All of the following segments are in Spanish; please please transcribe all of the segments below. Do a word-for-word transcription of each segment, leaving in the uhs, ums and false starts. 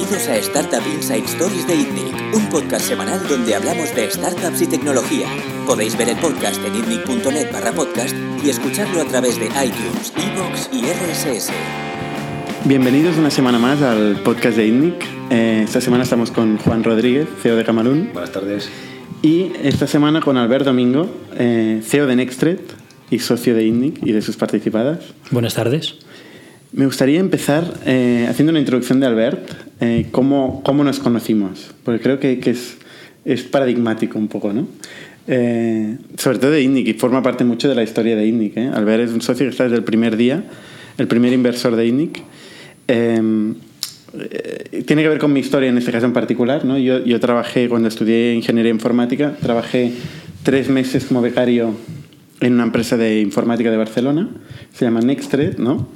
Bienvenidos a Startup Inside Stories de ITNIC, un podcast semanal donde hablamos de startups y tecnología. Podéis ver el podcast en itnic.net barra podcast y escucharlo a través de iTunes, iVoox y R S S. Bienvenidos una semana más al podcast de ITNIC. Eh, esta semana estamos con Juan Rodríguez, C E O de Camalún. Buenas tardes. Y esta semana con Albert Domingo, eh, C E O de Nextred y socio de ITNIC y de sus participadas. Buenas tardes. Me gustaría empezar eh, haciendo una introducción de Albert, eh, cómo, cómo nos conocimos, porque creo que, que es, es paradigmático un poco, ¿no? Eh, sobre todo de ITNIC, y forma parte mucho de la historia de ITNIC. ¿eh? Albert es un socio que está desde el primer día, el primer inversor de ITNIC. Eh, eh, tiene que ver con mi historia en este caso en particular, ¿no? Yo, yo trabajé, cuando estudié ingeniería informática, trabajé tres meses como becario en una empresa de informática de Barcelona, se llama Nextred, ¿no?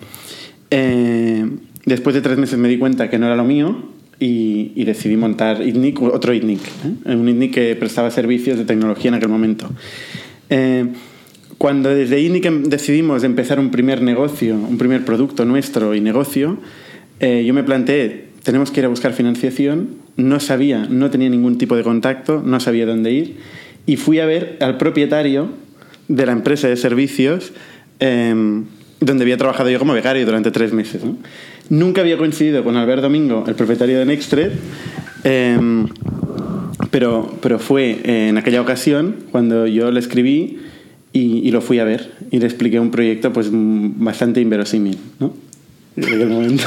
Eh, después de tres meses me di cuenta que no era lo mío y, y decidí montar ITNIC, otro ITNIC, ¿eh? un ITNIC que prestaba servicios de tecnología en aquel momento. Eh, cuando desde ITNIC decidimos empezar un primer negocio, un primer producto nuestro y negocio, eh, yo me planteé, tenemos que ir a buscar financiación, no sabía, no tenía ningún tipo de contacto, no sabía dónde ir y fui a ver al propietario de la empresa de servicios eh, donde había trabajado yo como becario durante tres meses, ¿no? Nunca había coincidido con Albert Domingo, el propietario de Nextred, eh, pero, pero fue en aquella ocasión cuando yo le escribí y, y lo fui a ver y le expliqué un proyecto pues bastante inverosímil, ¿no? Desde aquel momento.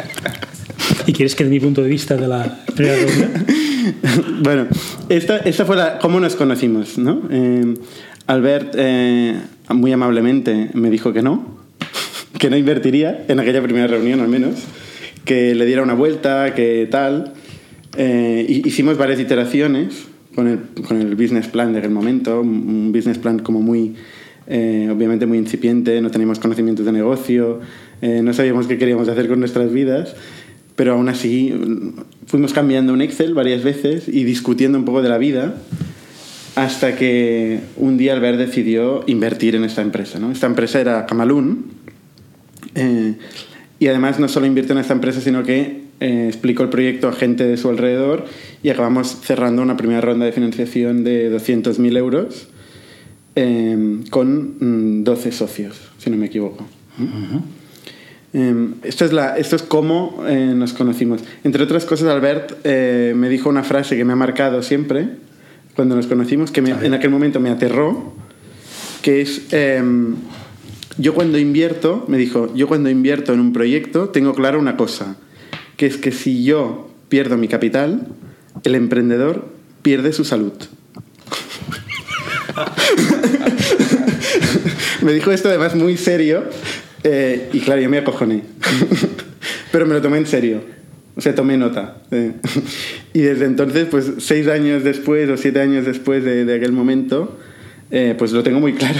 ¿Y quieres que dé mi punto de vista de la primera reunión? Bueno, esta, esta fue la, cómo nos conocimos, ¿no? Eh, Albert eh, muy amablemente me dijo que no, que no invertiría en aquella primera reunión al menos, que le diera una vuelta, que tal. Eh, hicimos varias iteraciones con el, con el business plan de aquel momento, un business plan como muy, eh, obviamente muy incipiente, no teníamos conocimientos de negocio, eh, no sabíamos qué queríamos hacer con nuestras vidas, pero aún así fuimos cambiando un Excel varias veces y discutiendo un poco de la vida, hasta que un día Albert decidió invertir en esta empresa, ¿no? Esta empresa era Camalún, eh, y además no solo invirtió en esta empresa, sino que eh, explicó el proyecto a gente de su alrededor y acabamos cerrando una primera ronda de financiación de doscientos mil euros eh, con doce socios, si no me equivoco. Uh-huh. Eh, esto, es la, esto es cómo eh, nos conocimos. Entre otras cosas, Albert eh, me dijo una frase que me ha marcado siempre cuando nos conocimos, que me, en aquel momento me aterró, que es, eh, yo cuando invierto, me dijo, yo cuando invierto en un proyecto tengo claro una cosa, que es que si yo pierdo mi capital, el emprendedor pierde su salud. Me dijo esto además muy serio, eh, y claro, yo me acojoné, pero me lo tomé en serio. O sea, tomé nota. Eh. Y desde entonces, pues seis años después o siete años después de, de aquel momento, eh, pues lo tengo muy claro.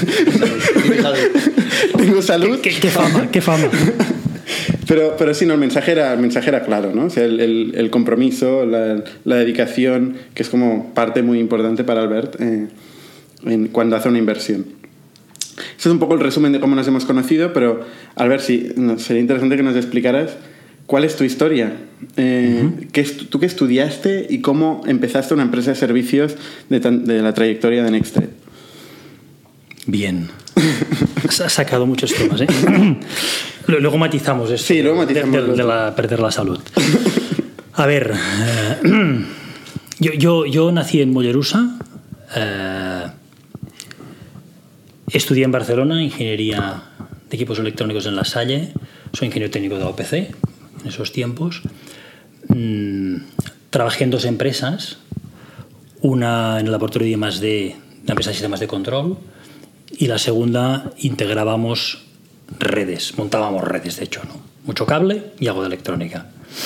Tengo salud. ¿Qué, qué, qué fama, qué fama. Pero, pero sí, no, el mensaje era, el mensaje era claro, ¿no? O sea, el, el, el compromiso, la, la dedicación, que es como parte muy importante para Albert eh, en, cuando hace una inversión. Eso es un poco el resumen de cómo nos hemos conocido, pero Albert, sí, no, sería interesante que nos explicaras ¿cuál es tu historia? Eh, uh-huh. ¿qué est- ¿Tú qué estudiaste y cómo empezaste una empresa de servicios de, tan- de la trayectoria de Nextred? Bien. Has sacado muchos temas, ¿eh? Luego matizamos esto. Sí, luego matizamos. De, de, de la, perder la salud. A ver, eh, yo, yo, yo nací en Mollerussa. Eh, estudié en Barcelona ingeniería de equipos electrónicos en La Salle. Soy ingeniero técnico de O P C en esos tiempos. Mm, trabajé en dos empresas, una en el laboratorio de I más D, una empresa de sistemas de control, y la segunda integrábamos redes, montábamos redes, de hecho, ¿no? Mucho cable y algo de electrónica.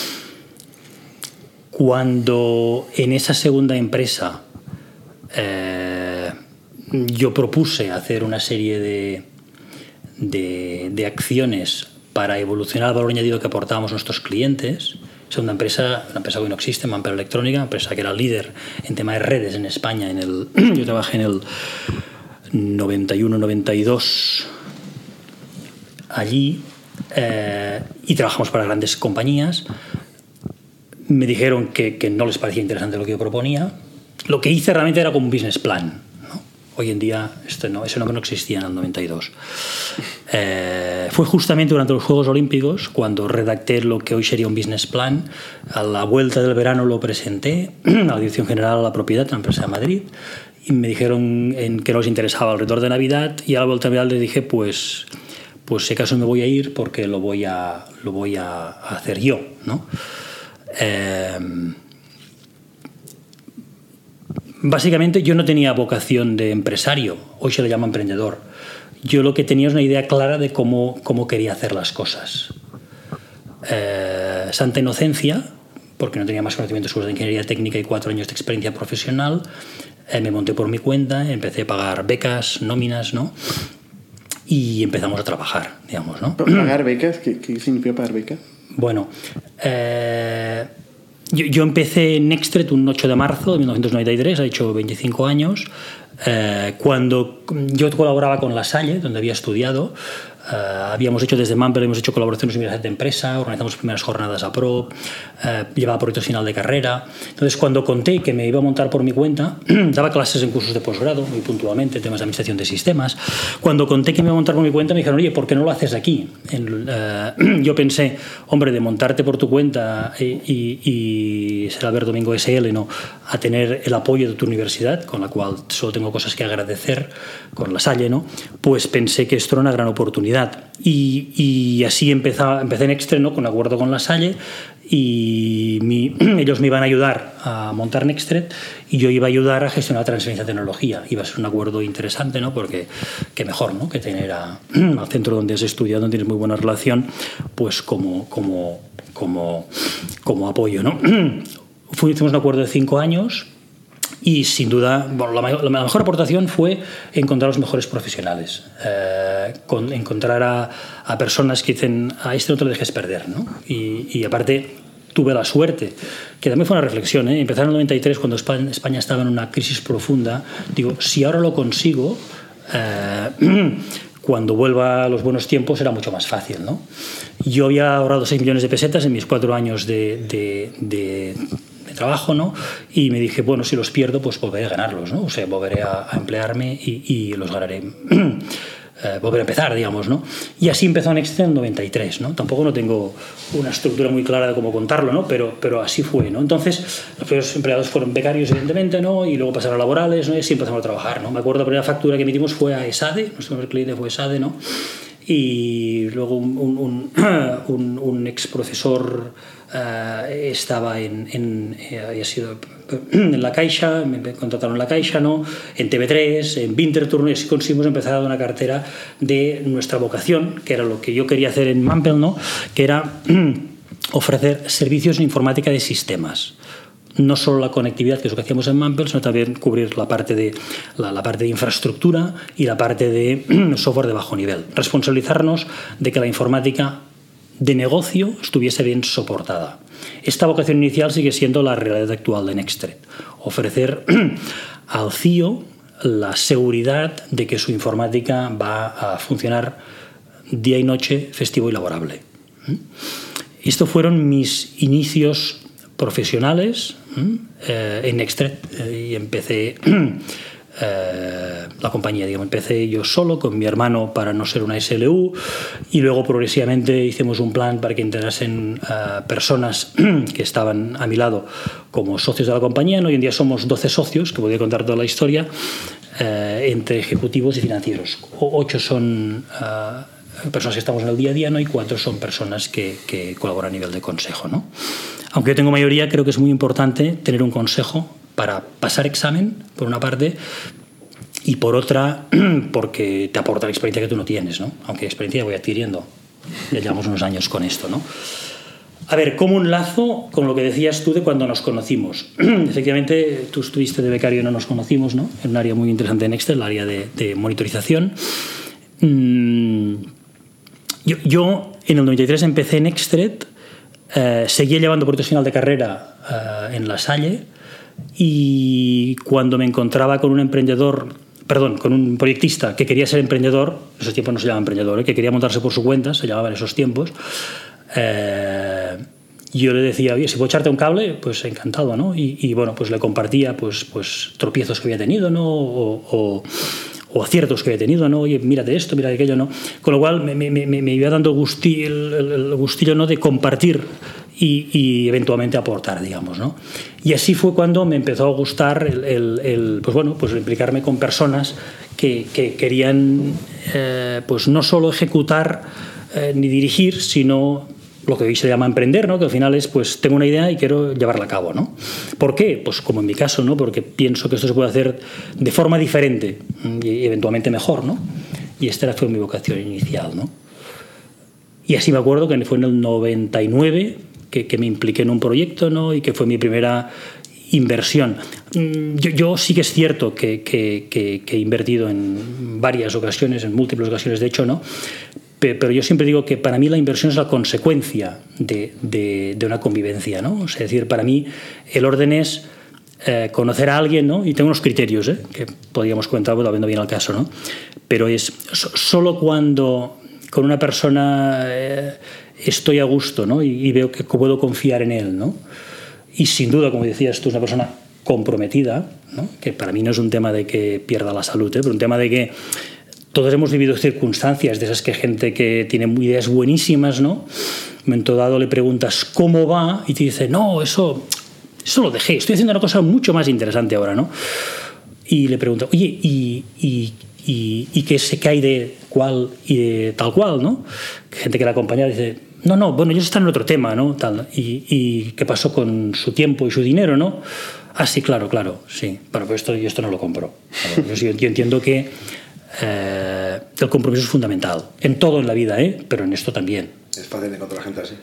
Cuando en esa segunda empresa eh, yo propuse hacer una serie de, de, de acciones para evolucionar el valor añadido que aportábamos a nuestros clientes. Es una empresa, una empresa que no existe, Mamper Electrónica, una empresa que era líder en tema de redes en España. En el, yo trabajé en el noventa y uno noventa y dos allí eh, y trabajamos para grandes compañías. me dijeron que, que no les parecía interesante lo que yo proponía. Lo que hice realmente era como un business plan, ¿no? Hoy en día este no, ese nombre no existía en el noventa y dos. Eh, fue justamente durante los Juegos Olímpicos cuando redacté lo que hoy sería un business plan. A la vuelta del verano lo presenté a la Dirección General de la Propiedad, a la empresa de Madrid, y me dijeron en que no les interesaba alrededor de Navidad, y a la vuelta de Navidad les dije, pues, pues si acaso me voy a ir porque lo voy a, lo voy a hacer yo, ¿no? Eh, básicamente yo no tenía vocación de empresario, hoy se le llama emprendedor. Yo lo que tenía es una idea clara de cómo, cómo quería hacer las cosas. Eh, santa inocencia, porque no tenía más conocimientos sobre ingeniería técnica y cuatro años de experiencia profesional. Eh, me monté por mi cuenta, empecé a pagar becas, nóminas, ¿no? Y empezamos a trabajar, digamos, ¿no? ¿Pagar becas? ¿Qué, qué significa pagar becas? Bueno, eh, yo, yo empecé en Nextret un ocho de marzo de mil novecientos noventa y tres, ha hecho veinticinco años, eh, cuando yo colaboraba con La Salle, donde había estudiado. Uh, habíamos hecho desde Mumble, hemos hecho colaboraciones universidad de empresa, organizamos primeras jornadas a pro, uh, llevaba proyectos final de carrera. Entonces, cuando conté que me iba a montar por mi cuenta, daba clases en cursos de posgrado, muy puntualmente, temas de administración de sistemas. Cuando conté que me iba a montar por mi cuenta, me dijeron, oye, ¿por qué no lo haces aquí? En, uh, yo pensé, hombre, de montarte por tu cuenta y, y, y ser Albert Domingo S L, ¿no?, a tener el apoyo de tu universidad, con la cual solo tengo cosas que agradecer, con La Salle, ¿no? Pues pensé que esto era una gran oportunidad. Y, y así empecé, empecé en Nextret, ¿no?, con acuerdo con La Salle, y mi, ellos me iban a ayudar a montar Nextret y yo iba a ayudar a gestionar la transferencia de tecnología. Iba a ser un acuerdo interesante, ¿no?, porque qué mejor, ¿no?, que tener a, al centro donde has estudiado, donde tienes muy buena relación, pues como, como, como, como apoyo, ¿no? Hicimos un acuerdo de cinco años. Y sin duda, bueno, la, la mejor aportación fue encontrar los mejores profesionales, eh, con, encontrar a, a personas que dicen, a este no te lo dejes perder, ¿no? Y, y aparte tuve la suerte, que también fue una reflexión, ¿eh? Empezar en el noventa y tres, cuando España, España estaba en una crisis profunda, digo, si ahora lo consigo, eh, cuando vuelva a los buenos tiempos será mucho más fácil, ¿no? Yo había ahorrado seis millones de pesetas en mis cuatro años de... de, de trabajo, ¿no? Y me dije, bueno, si los pierdo, pues volveré a ganarlos, ¿no? O sea, volveré a, a emplearme y, y los ganaré. Eh, volver a empezar, digamos, ¿no? Y así empezó Nextret en el noventa y tres, ¿no? Tampoco no tengo una estructura muy clara de cómo contarlo, ¿no? Pero, pero así fue, ¿no? Entonces, los primeros empleados fueron becarios, evidentemente, ¿no? Y luego pasaron a laborales, ¿no? Y así empezamos a trabajar, ¿no? Me acuerdo la primera factura que emitimos fue a ESADE, nuestro primer cliente fue ESADE, ¿no? Y luego un, un, un, un, un ex profesor uh, estaba en, en, eh, había sido en La Caixa, me contrataron en La Caixa, ¿no? En T V tres, en Winterthur, y así conseguimos empezar a dar una cartera de nuestra vocación, que era lo que yo quería hacer en Mumble, ¿no? Que era ofrecer servicios en informática de sistemas. No solo la conectividad, que es lo que hacíamos en Mumble, sino también cubrir la parte de, la, la parte de infraestructura y la parte de software de bajo nivel. Responsabilizarnos de que la informática de negocio estuviese bien soportada. Esta vocación inicial sigue siendo la realidad actual de Nextret. Ofrecer al C I O la seguridad de que su informática va a funcionar día y noche, festivo y laborable. Estos fueron mis inicios profesionales eh, en Nextret, eh, y empecé eh, la compañía, digamos, empecé yo solo con mi hermano para no ser una S L U, y luego progresivamente hicimos un plan para que entrasen eh, personas que estaban a mi lado como socios de la compañía, ¿no? Hoy en día somos doce socios, que podría contar toda la historia, eh, entre ejecutivos y financieros. O, ocho son eh, personas que estamos en el día a día, ¿no? Y cuatro son personas que, que colaboran a nivel de consejo, ¿no? Aunque yo tengo mayoría, creo que es muy importante tener un consejo para pasar examen, por una parte, y por otra, porque te aporta la experiencia que tú no tienes, ¿no? Aunque experiencia voy adquiriendo. Ya llevamos unos años con esto, ¿no? A ver, ¿cómo enlazo con lo que decías tú de cuando nos conocimos? Efectivamente, tú estuviste de becario y no nos conocimos, ¿no? En un área muy interesante en Nextret, el área de, de monitorización. Mm, yo, yo, en el noventa y tres, empecé en Nextret. Eh, seguía llevando proyectos final de carrera eh, en La Salle, y cuando me encontraba con un emprendedor, perdón, con un proyectista que quería ser emprendedor, en esos tiempos no se llamaba emprendedor, ¿eh? Que quería montarse por su cuenta, se llamaba en esos tiempos, eh, yo le decía, oye, si puedo echarte un cable, pues encantado, ¿no? Y, y bueno, pues le compartía pues, pues tropiezos que había tenido, ¿no? O, o, o aciertos que había tenido, ¿no? Oye, mírate esto, mírate aquello, ¿no? Con lo cual me, me, me, me iba dando gustillo, el, el gustillo, ¿no? De compartir y, y eventualmente aportar, digamos, ¿no? Y así fue cuando me empezó a gustar el, el, el pues bueno, pues implicarme con personas que, que querían eh, pues no solo ejecutar eh, ni dirigir, sino lo que hoy se llama emprender, ¿no? Que al final es, pues tengo una idea y quiero llevarla a cabo, ¿no? ¿Por qué? Pues como en mi caso, ¿no? Porque pienso que esto se puede hacer de forma diferente y eventualmente mejor, ¿no? Y esta fue mi vocación inicial, ¿no? Y así me acuerdo que fue en el noventa y nueve que, que me impliqué en un proyecto, ¿no? Y que fue mi primera inversión. Yo, yo sí que es cierto que, que, que, que he invertido en varias ocasiones, en múltiples ocasiones, de hecho, ¿no? Pero yo siempre digo que para mí la inversión es la consecuencia de, de, de una convivencia, ¿no? O sea, es decir, para mí el orden es eh, conocer a alguien, ¿no? Y tengo unos criterios, ¿eh? Que podríamos comentar viendo bien el caso, ¿no? Pero es solo cuando con una persona eh, estoy a gusto, ¿no? Y, y veo que puedo confiar en él, ¿no? Y sin duda, como decías tú, es una persona comprometida, ¿no? Que para mí no es un tema de que pierda la salud, ¿eh? Pero un tema de que todos hemos vivido circunstancias de esas que gente que tiene ideas buenísimas, ¿no? En un momento dado le preguntas cómo va y te dice, no, eso, eso lo dejé, estoy haciendo una cosa mucho más interesante ahora, ¿no? Y le pregunto, oye, ¿y, y, y, y qué, qué hay de cual y de tal cual, ¿no? Gente que la acompaña dice, no, no, bueno, ellos están en otro tema, ¿no? Tal, y, y qué pasó con su tiempo y su dinero, ¿no? Ah, sí, claro, claro, sí. Bueno, pues esto, yo esto no lo compro. Yo, yo, yo entiendo que Eh, el compromiso es fundamental en todo en la vida, ¿eh? Pero en esto también. ¿Es fácil encontrar gente así?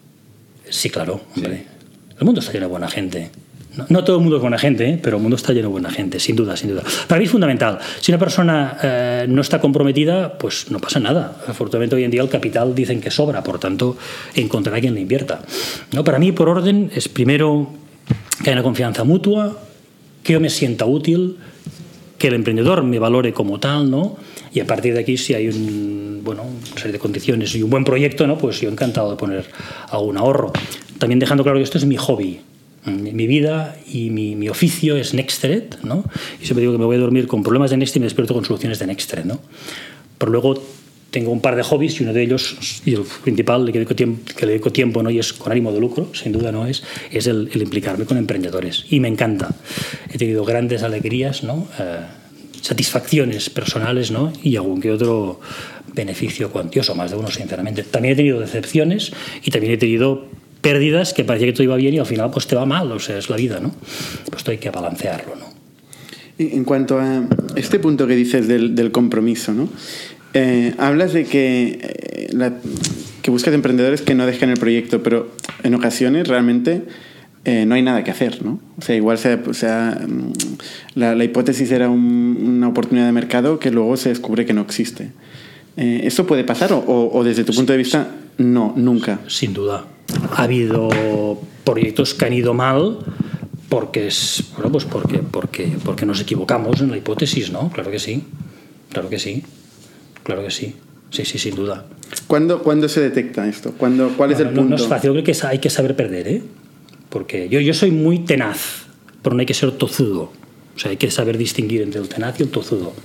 Sí, claro, hombre. Sí. El mundo está lleno de buena gente. No, no todo el mundo es buena gente, ¿eh? Pero el mundo está lleno de buena gente, sin duda, sin duda. Para mí es fundamental. Si una persona eh, no está comprometida, pues no pasa nada. Afortunadamente hoy en día el capital dicen que sobra, por tanto encontrará quien le invierta, ¿no? Para mí, por orden, es primero que haya una confianza mutua, que yo me sienta útil, que el emprendedor me valore como tal, ¿no? Y a partir de aquí, si hay un, bueno, una serie de condiciones y un buen proyecto, ¿no? Pues yo encantado de poner algún ahorro. También dejando claro que esto es mi hobby. Mi vida y mi, mi oficio es Nextthread, ¿no? Y siempre digo que me voy a dormir con problemas de Nextthread y me despierto con soluciones de Nextthread, ¿no? Pero luego tengo un par de hobbies y uno de ellos, y el principal que le dedico tiempo, que le dedico tiempo, ¿no? Y es con ánimo de lucro, sin duda no es, es el, el implicarme con emprendedores. Y me encanta. He tenido grandes alegrías, ¿no? Eh, satisfacciones personales, ¿no? Y algún que otro beneficio cuantioso, más de uno, sinceramente. También he tenido decepciones y también he tenido pérdidas que parecía que todo iba bien y al final pues te va mal, o sea, es la vida, ¿no? Pues esto hay que balancearlo, ¿no? En cuanto a este punto que dices del, del compromiso, ¿no? Eh, hablas de que, eh, la, que buscas emprendedores que no dejen el proyecto, pero en ocasiones realmente eh, no hay nada que hacer, ¿no? O sea, igual sea, o sea, la, la hipótesis era un, una oportunidad de mercado que luego se descubre que no existe. Eh, ¿Esto puede pasar o, o desde tu punto de vista no, nunca? Sin duda. Ha habido proyectos que han ido mal porque, es, bueno, pues porque, porque, porque nos equivocamos en la hipótesis, ¿no? Claro que sí, claro que sí. Claro que sí, sí, sí, sin duda. ¿Cuándo, ¿cuándo se detecta esto? ¿Cuándo, ¿Cuál es no, el no, punto? No es fácil, yo creo que hay que saber perder, ¿eh? Porque yo, yo soy muy tenaz, pero no hay que ser tozudo. O sea, hay que saber distinguir entre el tenaz y el tozudo.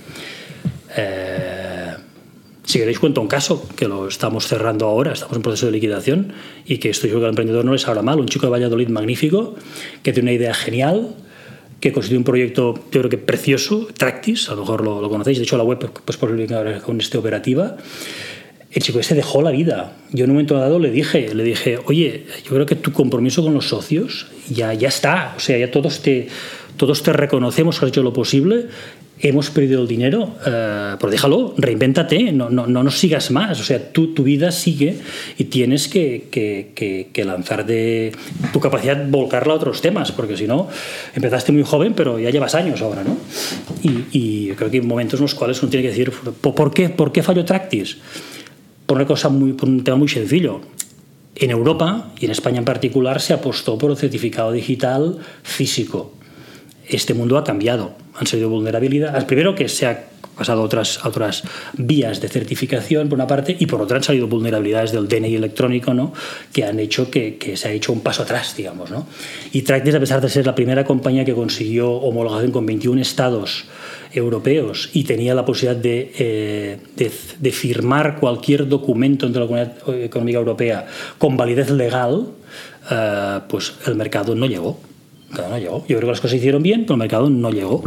Eh, si queréis cuento un caso, que lo estamos cerrando ahora, estamos en proceso de liquidación, y que estoy seguro que al emprendedor no les habla mal, un chico de Valladolid magnífico, que tiene una idea genial, que constituye un proyecto, yo creo que precioso, Tractis, a lo mejor lo, lo conocéis, de hecho la web pues por con este operativa. El chico ese dejó la vida. Yo en un momento dado le dije, le dije, oye, yo creo que tu compromiso con los socios ya, ya está, o sea, ya todos te, todos te reconocemos que has hecho lo posible, hemos perdido el dinero, eh, pero déjalo, reinvéntate, no, no, no nos sigas más, o sea, tú, tu vida sigue y tienes que, que, que, que lanzarte tu capacidad, volcarla a otros temas, porque si no, empezaste muy joven, pero ya llevas años ahora, ¿no? Y, y creo que hay momentos en los cuales uno tiene que decir, ¿por qué, por qué falló Tractis? Por una cosa muy, por un tema muy sencillo. En Europa, y en España en particular, se apostó por el certificado digital físico. Este mundo ha cambiado. Han salido vulnerabilidades. Primero, que se ha pasado a otras, a otras vías de certificación, por una parte, y por otra han salido vulnerabilidades del D N I electrónico, ¿no? Que han hecho que, que se ha hecho un paso atrás, digamos, ¿no? Y Tractis, a pesar de ser la primera compañía que consiguió homologación con veintiún estados europeos y tenía la posibilidad de, eh, de, de firmar cualquier documento entre la Comunidad Económica Europea con validez legal, eh, pues el mercado no llegó. No llegó. Yo creo que las cosas se hicieron bien, pero el mercado no llegó.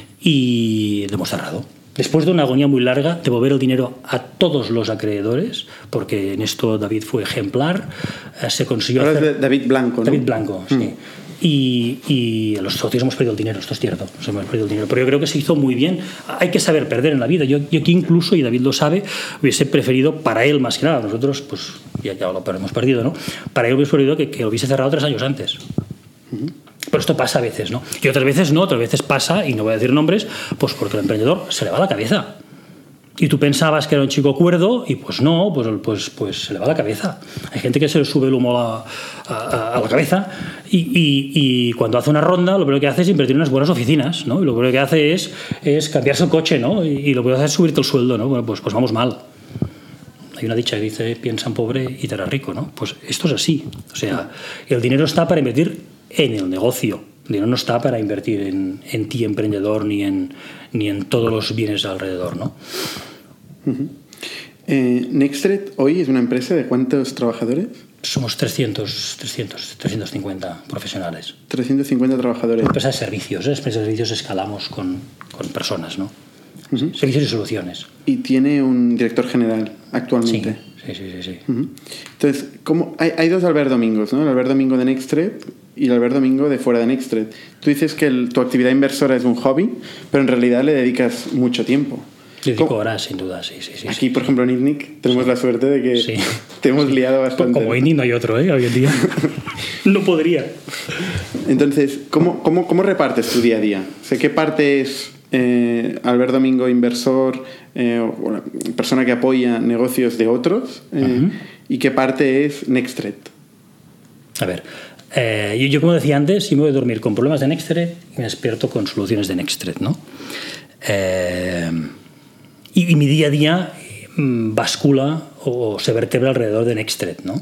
Y lo hemos cerrado. Después de una agonía muy larga, devolver el dinero a todos los acreedores, porque en esto David fue ejemplar, eh, se consiguió Ahora hacer... es de David Blanco, ¿no? David Blanco, sí. Mm. Y, y los socios hemos perdido el dinero, esto es cierto, hemos perdido el dinero, pero yo creo que se hizo muy bien. Hay que saber perder en la vida. Yo, yo aquí incluso, y David lo sabe, hubiese preferido para él más que nada, nosotros pues ya, ya lo hemos perdido, ¿no? Para él hubiese preferido que, que lo hubiese cerrado tres años antes. Uh-huh. Pero esto pasa a veces, ¿no? Y otras veces no, otras veces pasa, y no voy a decir nombres, pues porque el emprendedor se le va la cabeza. Y tú pensabas que era un chico cuerdo y pues no, pues, pues, pues se le va la cabeza. Hay gente que se le sube el humo a, a, a la cabeza y, y, y cuando hace una ronda lo primero que hace es invertir en unas buenas oficinas, ¿no? Y lo primero que hace es, es cambiarse el coche, ¿no? Y, y lo primero que hace es subirte el sueldo, ¿no? Bueno, pues, pues vamos mal. Hay una dicha que dice, piensa en pobre y te harás rico, ¿no? Pues esto es así. O sea, el dinero está para invertir en el negocio. El dinero no está para invertir en, en ti, emprendedor, ni en, ni en todos los bienes alrededor, ¿no? Uh-huh. eh, Nextred hoy es una empresa de ¿cuántos trabajadores? Somos trescientos, trescientos, trescientos cincuenta profesionales. trescientos cincuenta trabajadores. Empresa de servicios, ¿eh? Empresa de servicios escalamos con, con personas, ¿no? Uh-huh. Servicios y soluciones. Y tiene un director general actualmente. Sí, sí, sí. sí. Uh-huh. Entonces, ¿cómo? Hay, hay dos Albert Domingos, ¿no? El Albert Domingo de Nextred y el Albert Domingo de fuera de Nextred. Tú dices que el, tu actividad inversora es un hobby, pero en realidad le dedicas mucho tiempo. Le dedico horas, sin duda, sí, sí, sí. Aquí, sí. por ejemplo, en ITNIC tenemos sí. la suerte de que sí. te hemos liado bastante. Como ITNIC no hay otro, ¿eh? Hoy en día. No podría. Entonces, ¿cómo, cómo, cómo repartes tu día a día? O sea, ¿qué parte es eh, Albert Domingo, inversor, eh, o la persona que apoya negocios de otros? Eh, uh-huh. ¿Y qué parte es Nextred? A ver, eh, yo, yo como decía antes, si me voy a dormir con problemas de Nextred, me despierto con soluciones de Nextred, ¿no? Eh... Y, y mi día a día mmm, bascula o se vertebra alrededor de Nextred, ¿no?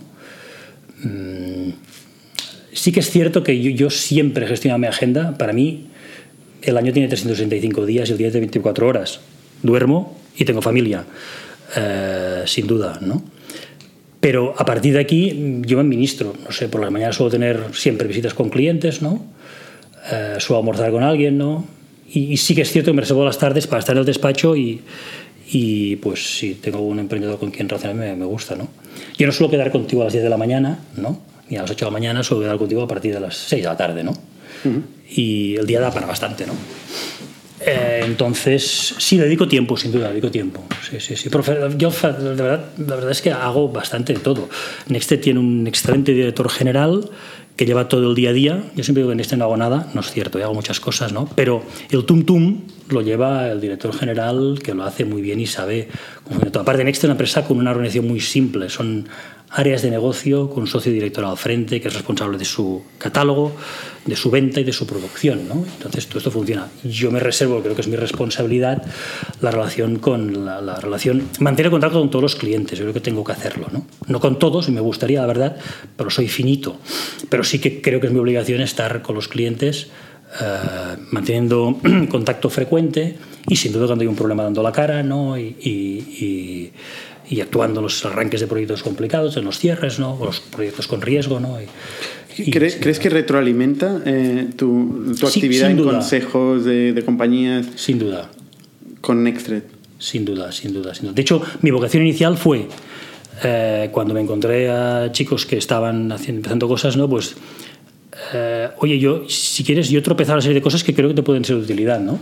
Mm, sí que es cierto que yo, yo siempre gestiono mi agenda. Para mí, el año tiene trescientos sesenta y cinco días y el día tiene veinticuatro horas. Duermo y tengo familia, eh, sin duda, ¿no? Pero a partir de aquí yo me administro. No sé, por las mañanas suelo tener siempre visitas con clientes, ¿no? Eh, suelo almorzar con alguien, ¿no? Y, y sí que es cierto que me reservo las tardes para estar en el despacho y, y pues si tengo un emprendedor con quien relacionarme me, me gusta, ¿no? Yo no suelo quedar contigo a las diez de la mañana, ¿no? Ni a las ocho de la mañana, suelo quedar contigo a partir de las seis de la tarde, ¿no? Uh-huh. Y el día da para bastante, ¿no? Eh, entonces, sí, le dedico tiempo, sin duda, le dedico tiempo. Sí, sí, sí. Pero yo, de verdad, la verdad es que hago bastante de todo. Nextred tiene un excelente director general que lleva todo el día a día. Yo siempre digo que en este no hago nada, no es cierto, yo hago muchas cosas, ¿no? Pero el tum tum lo lleva el director general, que lo hace muy bien y sabe cómo funciona todo. Aparte, Nextred es una empresa con una organización muy simple, son áreas de negocio con un socio director al frente que es responsable de su catálogo, de su venta y de su producción, ¿no? Entonces todo esto funciona. Yo me reservo, creo que es mi responsabilidad, la relación con la, la relación, mantener contacto con todos los clientes. Yo creo que tengo que hacerlo, ¿no? No con todos, y me gustaría, la verdad, pero soy finito. Pero sí que creo que es mi obligación estar con los clientes, eh, manteniendo contacto frecuente y sin duda cuando hay un problema dando la cara, ¿no? Y, y, y y actuando en los arranques de proyectos complicados, en los cierres, ¿no? O los proyectos con riesgo, ¿no? Y, y, ¿Crees, sí, ¿crees que retroalimenta eh, tu, tu sí, actividad en duda. consejos de, de compañías? Sin duda. Con Nextred. Sin duda, sin duda, sin duda. De hecho, mi vocación inicial fue eh, cuando me encontré a chicos que estaban haciendo, empezando cosas, ¿no? Pues, eh, oye, yo, si quieres, yo he tropezado una serie de cosas que creo que te pueden ser de utilidad, ¿no?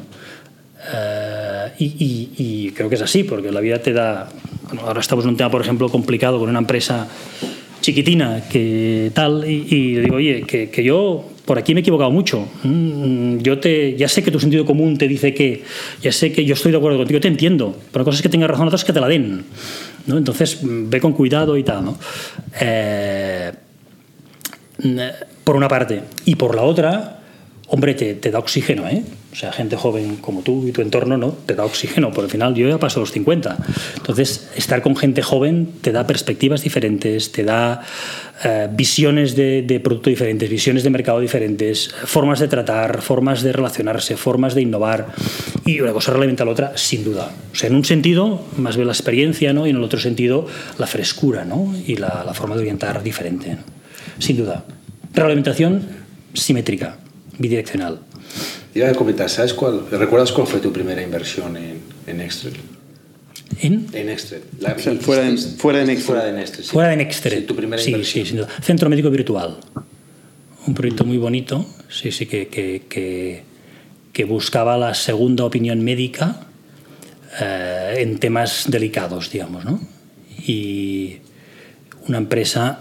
Eh, y, y, y creo que es así, porque la vida te da... Bueno, ahora estamos en un tema, por ejemplo, complicado con una empresa chiquitina que tal, y, y le digo, oye, que, que yo por aquí me he equivocado mucho. Yo te, ya sé que tu sentido común te dice que, ya sé que yo estoy de acuerdo contigo, te entiendo, pero cosas que tengas razón, otras que te la den, ¿no? Entonces, ve con cuidado y tal, ¿no? Eh, por una parte. Y por la otra, hombre, te, te da oxígeno, ¿eh? O sea, gente joven como tú y tu entorno, ¿no? Te da oxígeno, por el final yo ya paso los cincuenta. Entonces, estar con gente joven te da perspectivas diferentes, te da eh, visiones de, de producto diferentes, visiones de mercado diferentes, formas de tratar, formas de relacionarse, formas de innovar. Y una cosa realmente a la otra, sin duda. O sea, en un sentido, más bien la experiencia, ¿no? Y en el otro sentido, la frescura, ¿no? Y la, la forma de orientar diferente, ¿no? Sin duda. Realimentación simétrica, bidireccional. Iba a comentar, ¿sabes cuál? ¿Recuerdas cuál fue tu primera inversión en, en Nextret? ¿En? En Nextret. La, o sea, fuera, de, fuera de Nextret. Fuera de Nextret. Sí. Fuera de Nextret. Sí, tu primera sí, inversión. Sí, sin duda. Centro Médico Virtual. Un proyecto muy bonito, sí, sí, que, que, que, que buscaba la segunda opinión médica eh, en temas delicados, digamos, ¿no? Y una empresa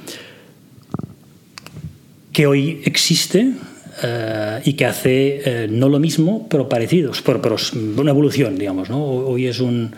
que hoy existe eh, y que hace eh, no lo mismo, pero parecidos, pero, pero una evolución, digamos, ¿no? Hoy es un,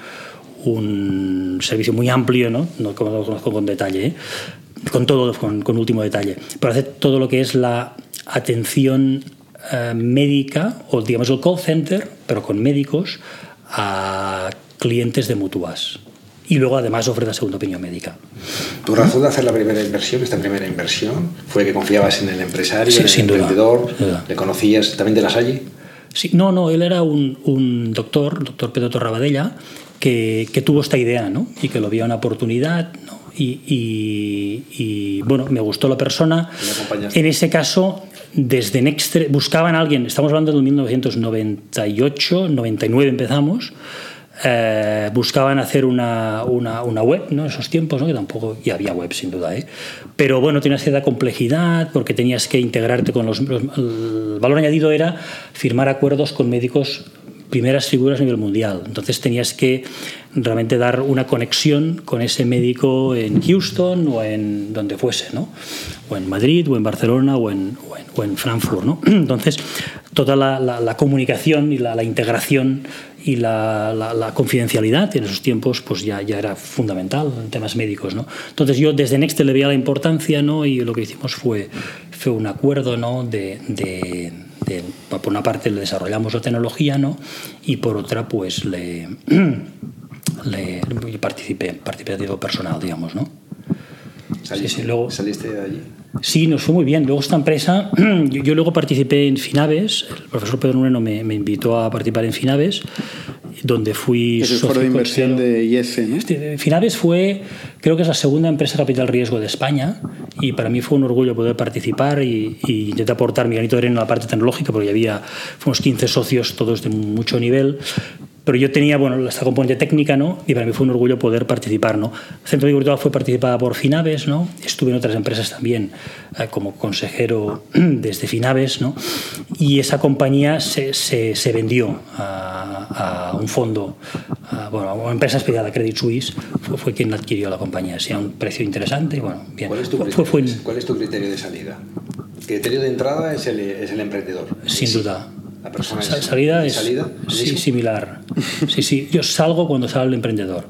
un servicio muy amplio, ¿no? No lo conozco con detalle, ¿eh? con todo, con, con último detalle, pero hace todo lo que es la atención eh, médica, o digamos el call center, pero con médicos, a clientes de mutuas. Y luego además ofrece la segunda opinión médica. ¿Tu razón de hacer la primera inversión, esta primera inversión, fue que confiabas en el empresario, sí, en el sin emprendedor? Duda. ¿Le conocías también de La Salle? Sí, no, no, él era un, un doctor, doctor Pedro Torrabadella, que, que tuvo esta idea, ¿no? Y que lo vio una oportunidad, ¿no? Y, y, y bueno, me gustó la persona. En ese caso, desde Nextret, buscaban a alguien, estamos hablando de mil novecientos noventa y ocho, noventa y nueve empezamos. Eh, buscaban hacer una, una, una web, ¿no? En esos tiempos, ¿no? Que tampoco, y había web sin duda, ¿eh? Pero bueno, tenía cierta complejidad porque tenías que integrarte con los, los el valor añadido era firmar acuerdos con médicos, primeras figuras a nivel mundial. Entonces tenías que realmente dar una conexión con ese médico en Houston o en donde fuese, ¿no? O en Madrid o en Barcelona o en, o en, o en Frankfurt, ¿no? Entonces toda la, la, la comunicación y la, la integración y la, la, la confidencialidad en esos tiempos pues ya, ya era fundamental en temas médicos, ¿no? Entonces yo desde Nextret le veía la importancia, ¿no? Y lo que hicimos fue, fue un acuerdo, ¿no? de, de, de por una parte le desarrollamos la tecnología, ¿no? Y por otra pues le, le participé, participé de personal, digamos, ¿no? ¿Saliste, sí, sí, luego, ¿Saliste de allí? Sí, nos fue muy bien. Luego esta empresa, yo, yo luego participé en Finaves, el profesor Pedro Moreno me, me invitó a participar en Finaves, donde fui es el foro de inversión de I S, ¿no? Este, Finaves fue, creo que es la segunda empresa de capital riesgo de España, y para mí fue un orgullo poder participar y, y intentar aportar mi granito de arena en la parte tecnológica, porque había, fuimos quince socios, todos de mucho nivel. Pero yo tenía, bueno, esta componente técnica, ¿no? Y para mí fue un orgullo poder participar, ¿no? Centro Médico Virtual fue participada por Finaves, ¿no? Estuve en otras empresas también eh, como consejero desde Finaves, ¿no? Y esa compañía se, se, se vendió a, a un fondo, a, bueno, a una empresa especial, a Credit Suisse, fue, fue quien adquirió la compañía. O sea, un precio interesante y bueno, bien. ¿Cuál es tu fue, criterio, fue, fue, ¿Cuál es tu criterio de salida? El criterio de entrada es el, es el emprendedor. Sin sí. duda. La persona Sa- salida es salida, sí, similar. Sí, sí. Yo salgo cuando sale el emprendedor.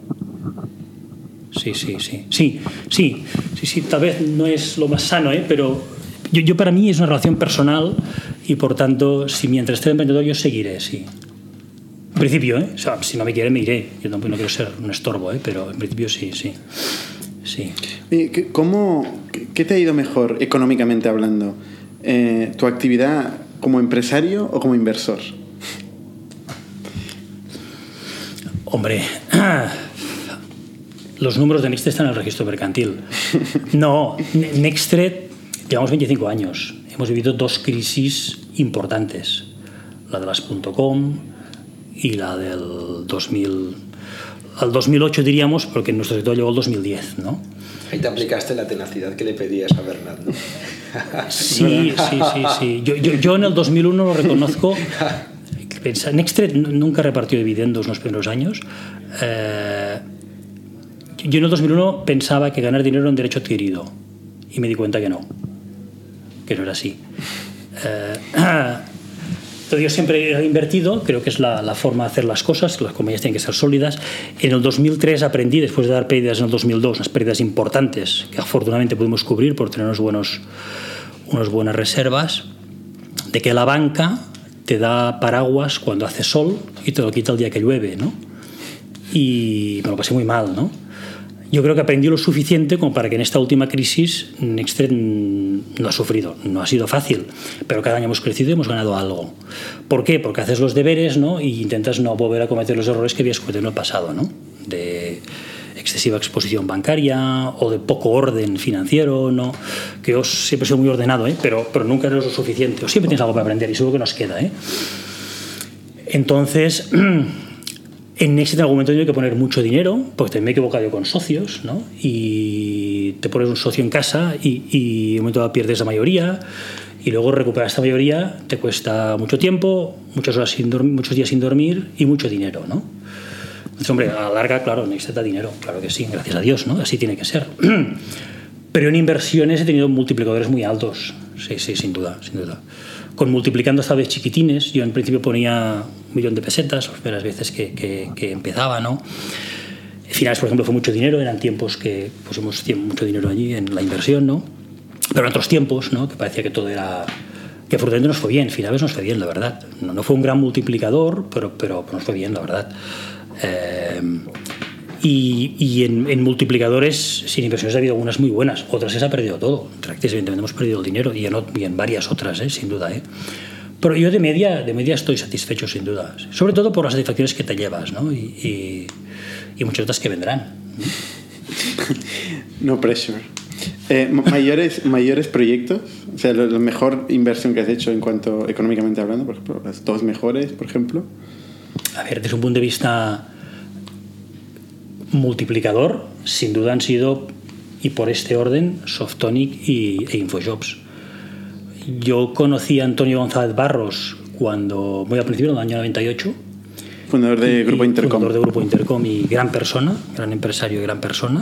Sí, sí, sí. Sí, sí, sí, sí. Tal vez no es lo más sano, ¿eh? Pero yo, yo para mí es una relación personal y por tanto, si mientras esté el emprendedor yo seguiré, sí. En principio, ¿eh? O sea, si no me quiere me iré. Yo tampoco no quiero ser un estorbo, ¿eh? Pero en principio sí, sí. Sí. ¿Cómo, ¿Qué te ha ido mejor económicamente hablando? Eh, ¿Tu actividad como empresario o como inversor? Hombre, los números de Nextret están en el registro mercantil. No, Nextret, llevamos veinticinco años. Hemos vivido dos crisis importantes. La de las .com y la del dos mil... Al dos mil ocho diríamos, porque en nuestro sector llegó el dos mil diez, ¿no? Ahí te aplicaste la tenacidad que le pedías a Bernat, ¿no? Sí, sí, sí, sí. Yo, yo, yo en el dos mil uno lo reconozco. Nextret nunca repartió dividendos en los primeros años. Eh, yo en el dos mil uno pensaba que ganar dinero era un derecho adquirido y me di cuenta que no, que no era así. Eh, Entonces yo siempre he invertido, creo que es la, la forma de hacer las cosas, las compañías tienen que ser sólidas. En el dos mil tres aprendí, después de dar pérdidas en el dos mil dos, unas pérdidas importantes que afortunadamente pudimos cubrir por tener unos buenos, unas buenas reservas, de que la banca te da paraguas cuando hace sol y te lo quita el día que llueve, ¿no? Y me lo pasé muy mal, ¿no? Yo creo que aprendí lo suficiente como para que en esta última crisis Nextret no ha sufrido. No ha sido fácil, pero cada año hemos crecido y hemos ganado algo. ¿Por qué? Porque haces los deberes, ¿no? Y intentas no volver a cometer los errores que habías cometido en el pasado, ¿no? De excesiva exposición bancaria o de poco orden financiero, ¿no? Que yo siempre he sido muy ordenado, ¿eh? pero, pero nunca eres lo suficiente. O siempre tienes algo para aprender y seguro que nos queda, ¿eh? Entonces, en Nextret en algún momento hay que poner mucho dinero, porque también me he equivocado yo con socios, ¿no? Y te pones un socio en casa y, y en un momento dado pierdes la mayoría y luego recuperar esta mayoría te cuesta mucho tiempo, muchas horas sin dormir, muchos días sin dormir y mucho dinero, ¿no? Entonces, hombre, a la larga, claro, Nextret da dinero, claro que sí, gracias a Dios, ¿no? Así tiene que ser. Pero en inversiones he tenido multiplicadores muy altos, sí, sí, sin duda, sin duda. Con multiplicando hasta vez chiquitines, yo en principio ponía un millón de pesetas, las primeras veces que, que, que empezaba, ¿no? Finales, por ejemplo, fue mucho dinero, eran tiempos que pusimos mucho dinero allí en la inversión, ¿no? Pero en otros tiempos, ¿no? Que parecía que todo era... que afortunadamente nos fue bien, finales nos fue bien, la verdad. No, no fue un gran multiplicador, pero, pero nos fue bien, la verdad. Eh, y y en, en multiplicadores sin inversiones ha habido algunas muy buenas, otras se ha perdido todo. En Tractis evidentemente hemos perdido el dinero y en, y en varias otras, ¿eh? Sin duda, ¿eh? Pero yo de media de media estoy satisfecho, sin duda, sobre todo por las satisfacciones que te llevas, ¿no? y, y, y muchas otras que vendrán. No pressure. Eh, mayores, mayores proyectos, o sea, la, la mejor inversión que has hecho en cuanto económicamente hablando, por ejemplo, las dos mejores, por ejemplo. A ver, desde un punto de vista multiplicador, sin duda han sido, y por este orden, Softonic y, e Infojobs. Yo conocí a Antonio González Barros cuando, muy al principio, en el año noventa y ocho. Fundador de y, Grupo Intercom. Fundador de Grupo Intercom y gran persona, gran empresario y gran persona.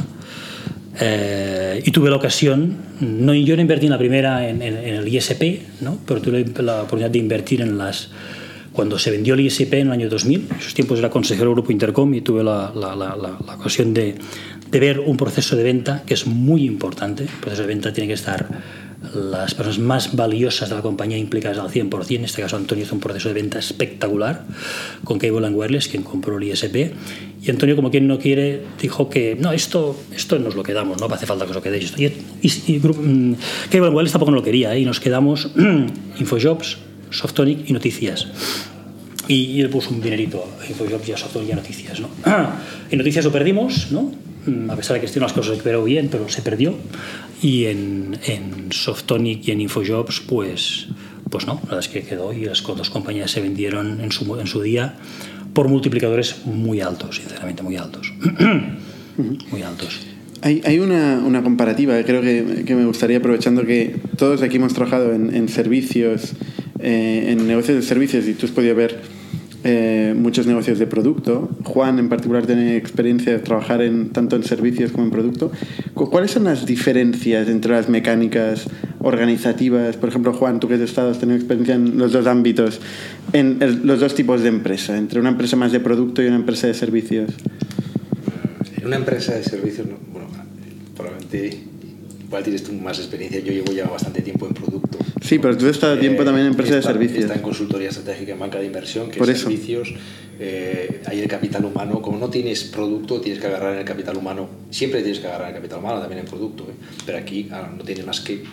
Eh, y tuve la ocasión, no, yo no invertí en la primera en, en, en el I S P, ¿no? Pero tuve la oportunidad de invertir en las... Cuando se vendió el I S P en el año dos mil, en esos tiempos era consejero del Grupo Intercom y tuve la, la, la, la, la ocasión de, de ver un proceso de venta que es muy importante. El proceso de venta tiene que estar las personas más valiosas de la compañía implicadas al cien por ciento. En este caso Antonio hizo un proceso de venta espectacular con Cable and Wireless, quien compró el I S P. Y Antonio, como quien no quiere, dijo que no, esto, esto nos lo quedamos, no hace falta que os lo quedéis. Y, y, y um, Cable and Wireless tampoco no lo quería, ¿eh? Y nos quedamos Infojobs, Softonic y Noticias. Y, y le puso un dinerito a Infojobs y a Softonic y a Noticias, ¿no? En Noticias lo perdimos, ¿no? A pesar de que estuvieron las cosas se recuperó bien, pero se perdió. Y en, en Softonic y en Infojobs, pues, pues no, la verdad es que quedó y las dos compañías se vendieron en su, en su día por multiplicadores muy altos, sinceramente, muy altos. Muy altos. Hay, hay una, una comparativa, creo que, que me gustaría, aprovechando que todos aquí hemos trabajado en, en servicios, eh, en negocios de servicios, y tú has podido ver eh, muchos negocios de producto. Juan, en particular, tiene experiencia de trabajar en, tanto en servicios como en producto. ¿Cuáles son las diferencias entre las mecánicas organizativas? Por ejemplo, Juan, tú que has estado, has tenido experiencia en los dos ámbitos, en el, los dos tipos de empresa, entre una empresa más de producto y una empresa de servicios. En una empresa de servicios, no, bueno, probablemente igual tienes tú más experiencia. Yo llevo ya bastante tiempo en producto. Sí, pero tú has estado eh, tiempo también en empresa está, de servicios. Está en consultoría estratégica en banca de inversión, que Por es eso. servicios. Eh, hay el capital humano. Como no tienes producto, tienes que agarrar en el capital humano. Siempre tienes que agarrar en el capital humano, también en producto. ¿eh? Pero aquí ah, no tienes más que... Eh,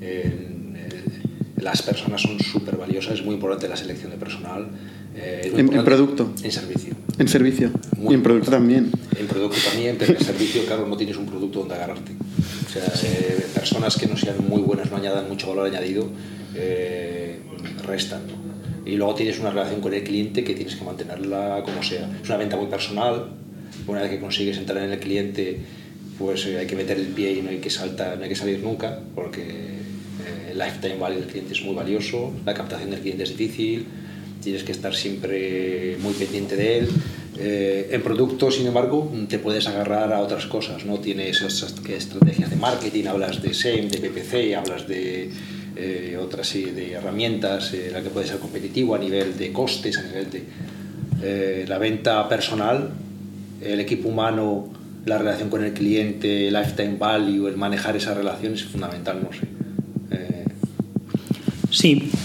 eh, las personas son súper valiosas. Es muy importante la selección de personal. Eh, en, en producto. En servicio. En servicio. Muy y en producto también. En producto también, pero en servicio, claro, no tienes un producto donde agarrarte. O sea, eh, personas que no sean muy buenas, no añadan mucho valor añadido, eh, restan, ¿no? Y luego tienes una relación con el cliente que tienes que mantenerla como sea. Es una venta muy personal. Una vez que consigues entrar en el cliente, pues eh, hay que meter el pie y no hay que saltar, no hay que salir nunca, porque eh, el lifetime value del cliente es muy valioso, la captación del cliente es difícil, tienes que estar siempre muy pendiente de él. Eh, en producto, sin embargo, te puedes agarrar a otras cosas, ¿no? Tienes esas estrategias de marketing, hablas de S E M, de P P C, hablas de eh, otras serie de herramientas, eh, la que puede ser competitivo a nivel de costes, a nivel de eh, la venta personal, el equipo humano, la relación con el cliente, el lifetime value, el manejar esas relaciones es fundamental, no sé. Eh... Sí.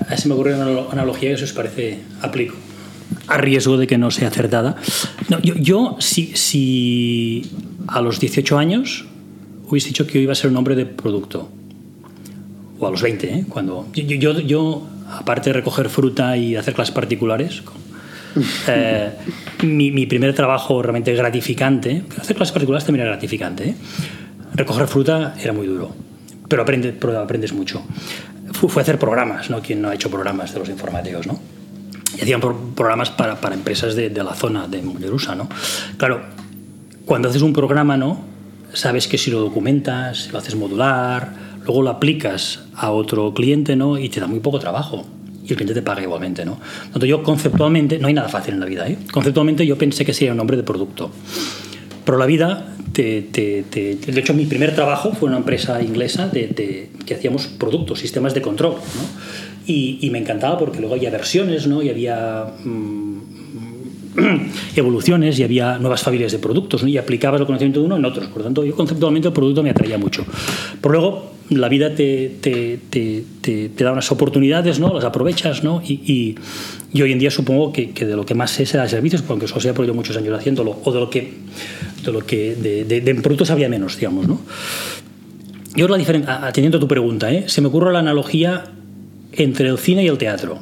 se me ocurre una analogía que, si os parece, aplico, a riesgo de que no sea acertada. No, yo, yo si, si a los dieciocho años hubiese dicho que yo iba a ser un hombre de producto, o a los veinte, ¿eh? Cuando yo, yo, yo, aparte de recoger fruta y hacer clases particulares, eh, mi, mi primer trabajo realmente gratificante, hacer clases particulares también era gratificante, ¿eh? Recoger fruta era muy duro, pero aprendes, pero aprendes mucho. Fue, fue hacer programas, ¿no? Quien no ha hecho programas de los informáticos, ¿no? Y hacían programas para, para empresas de, de la zona de Mollerusa, ¿no? Claro, cuando haces un programa, ¿no? Sabes que si lo documentas, lo haces modular, luego lo aplicas a otro cliente, ¿no? Y te da muy poco trabajo. Y el cliente te paga igualmente, ¿no? Entonces yo conceptualmente, no hay nada fácil en la vida, ¿eh? Conceptualmente yo pensé que sería un hombre de producto. Pero la vida, te, te, te, de hecho mi primer trabajo fue una empresa inglesa de, de, que hacíamos productos, sistemas de control, ¿no? Y, y me encantaba porque luego había versiones, ¿no? Y había mmm, evoluciones y había nuevas familias de productos, ¿no? Y aplicabas el conocimiento de uno en otros. Por lo tanto, yo conceptualmente el producto me atraía mucho. Pero luego la vida te, te, te, te, te da unas oportunidades, ¿no? Las aprovechas, ¿no? Y, y, y hoy en día supongo que, que de lo que más sé será de servicios, porque eso se ha perdido muchos años haciéndolo, o de lo que de lo que de, de, de productos había menos, digamos, ¿no? Yo la diferencia, atendiendo a tu pregunta, ¿eh? Se me ocurre la analogía entre el cine y el teatro.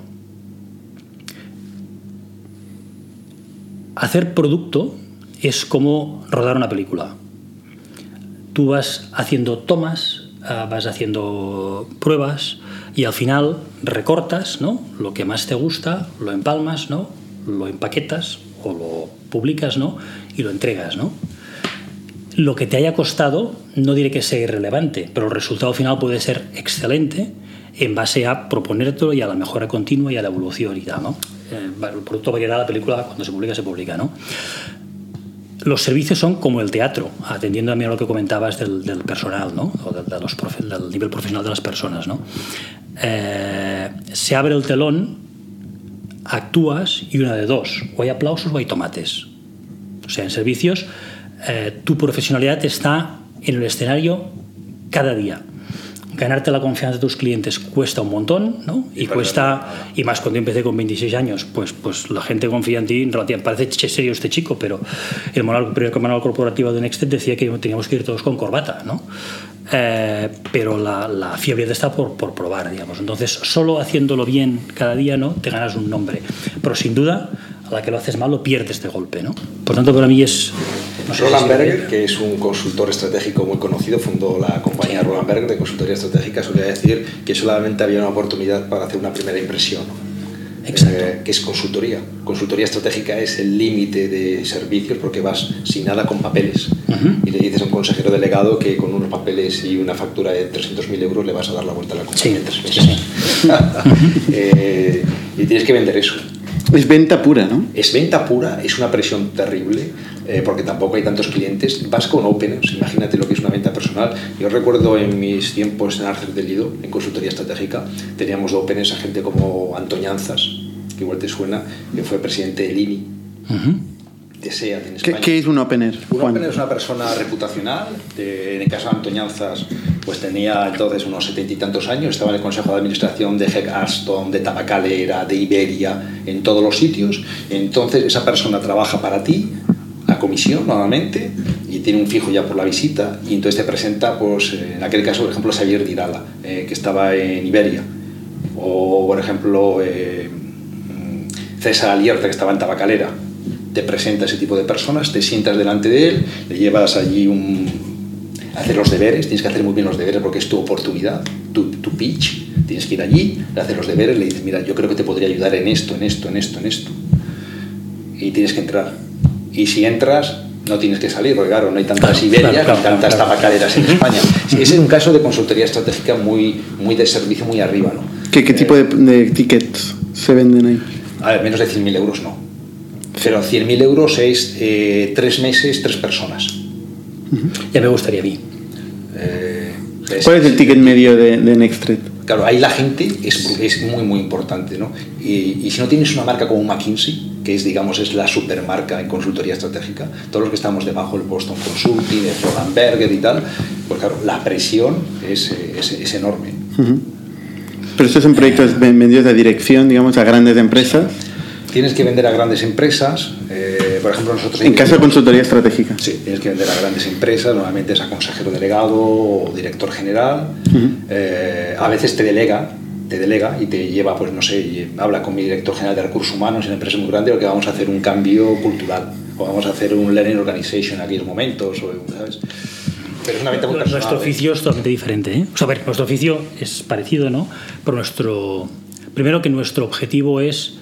Hacer producto es como rodar una película. Tú vas haciendo tomas, vas haciendo pruebas y al final recortas, ¿no? Lo que más te gusta, lo empalmas, ¿no? Lo empaquetas o lo publicas, ¿no? Y lo entregas, ¿no? Lo que te haya costado no diré que sea irrelevante, pero el resultado final puede ser excelente en base a proponértelo y a la mejora continua y a la evolución y tal, ¿no? El producto variará, la película cuando se publica, se publica, ¿no? Los servicios son como el teatro, atendiendo también a lo que comentabas del, del personal, ¿no? O de, de los profe, del nivel profesional de las personas, ¿no? Eh, se abre el telón, actúas y una de dos, o hay aplausos o hay tomates. O sea, en servicios eh, tu profesionalidad está en el escenario cada día. Ganarte la confianza de tus clientes cuesta un montón, ¿no? Y, y cuesta, y más cuando yo empecé con veintiséis años, pues, pues la gente confía en ti, parece serio este chico, pero el manual, el manual corporativo de Nexted decía que teníamos que ir todos con corbata, ¿no? Eh, pero la, la fiabilidad está por, por probar, digamos. Entonces, solo haciéndolo bien cada día, ¿no? Te ganas un nombre. Pero sin duda, a la que lo haces mal, lo pierdes de golpe, ¿no? Por tanto, para mí es... No sé, Roland Berger, que es un consultor estratégico muy conocido, fundó la compañía Roland Berger de consultoría estratégica, solía decir que solamente había una oportunidad para hacer una primera impresión. Exacto. Eh, que es consultoría. Consultoría estratégica es el límite de servicios porque vas sin nada con papeles. Uh-huh. Y le dices a un consejero delegado que con unos papeles y una factura de trescientos mil euros le vas a dar la vuelta a la compañía en tres meses. Sí. eh, y tienes que vender eso. Es venta pura, ¿no? Es venta pura, es una presión terrible, eh, porque tampoco hay tantos clientes. Vas con openers, imagínate lo que es una venta personal. Yo recuerdo en mis tiempos en Arcer del Lido, en consultoría estratégica, teníamos de openers a gente como Antoñanzas, que igual te suena, que fue presidente del I N I. Uh-huh. De SEAT en España. ¿Qué, ¿Qué es un opener? Un opener es una persona reputacional. De, en el caso de Antoñanzas, pues tenía entonces unos setenta y tantos años, estaba en el consejo de administración de Heck Alstom, de Tabacalera, de Iberia, en todos los sitios. Entonces esa persona trabaja para ti a comisión normalmente y tiene un fijo ya por la visita, y entonces te presenta, pues en aquel caso, por ejemplo, Xavier Dirala, eh, que estaba en Iberia, o por ejemplo eh, César Alierta, que estaba en Tabacalera. Te presenta ese tipo de personas, te sientas delante de él, le llevas allí un... hacer los deberes, tienes que hacer muy bien los deberes porque es tu oportunidad, tu, tu pitch, tienes que ir allí, le haces los deberes, le dices, mira, yo creo que te podría ayudar en esto, en esto, en esto, en esto. Y tienes que entrar. Y si entras, no tienes que salir, porque claro, no hay tantas claro, Iberias, claro, claro, ni tantas claro, tabacaleras en España. Sí, ese es un caso de consultoría estratégica muy, muy de servicio, muy arriba, ¿no? ¿Qué, qué eh, tipo de, de tickets se venden ahí? A ver, menos de cien mil euros no. Pero cien mil euros es eh, tres meses, tres personas. Uh-huh. Ya me gustaría a mí. Eh, es, ¿Cuál es el ticket medio de, de Nexted? Claro, ahí la gente es, es muy, muy importante, ¿no? Y, y si no tienes una marca como McKinsey, que es, digamos, es la supermarca en consultoría estratégica, todos los que estamos debajo del Boston Consulting, de Roland Berger y tal, pues claro, la presión es, es, es enorme. Uh-huh. Pero estos son proyectos eh, vendidos de dirección, digamos, a grandes empresas. Tienes que vender a grandes empresas, eh, por ejemplo nosotros... En caso de consultoría estratégica. Sí, tienes que vender a grandes empresas, normalmente es a consejero delegado o director general, uh-huh. eh, a veces te delega, te delega y te lleva, pues no sé, y habla con mi director general de recursos humanos en una empresa muy grande porque vamos a hacer un cambio cultural, o vamos a hacer un learning organization en aquellos momentos, o, ¿sabes? Pero es una venta muy personal. Nuestro oficio ¿eh? es totalmente diferente, ¿eh? O sea, a ver, nuestro oficio es parecido, ¿no? Pero nuestro... Primero que nuestro objetivo es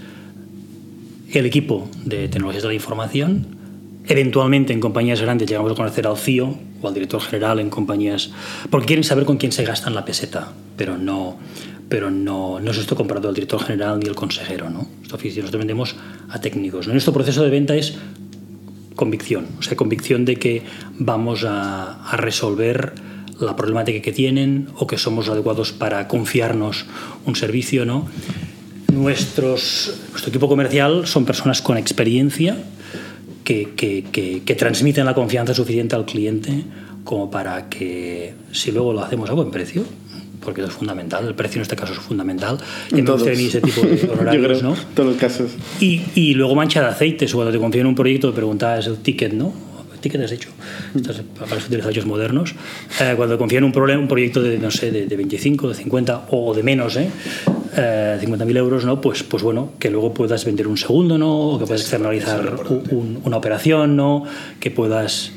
el equipo de tecnologías de la información. Eventualmente en compañías grandes llegamos a conocer al C I O o al director general en compañías, porque quieren saber con quién se gastan la peseta, pero no, pero no, no es esto comparado al director general ni el consejero, ¿no? Nuestro oficio, nosotros vendemos a técnicos, ¿no? Nuestro proceso de venta es convicción, o sea, convicción de que vamos a, a resolver la problemática que tienen o que somos adecuados para confiarnos un servicio, ¿no? Nuestros, nuestro equipo comercial son personas con experiencia que, que, que, que transmiten la confianza suficiente al cliente como para que, si luego lo hacemos a buen precio, porque eso es fundamental, el precio en este caso es fundamental, y me gusta venir ese tipo de honorarios, ¿no? todos los casos. Y, y luego mancha de aceite, cuando te confío en un proyecto, te preguntabas el ticket, ¿no? ¿Qué has hecho? Estás para los utilizadores modernos. Eh, cuando confían en un, problema, un proyecto de, no sé, de, de veinticinco, de cincuenta o de menos, ¿eh? Eh, cincuenta mil euros, ¿no? Pues, pues bueno, que luego puedas vender un segundo, ¿no? O que puedas externalizar un, una operación, ¿no? Que puedas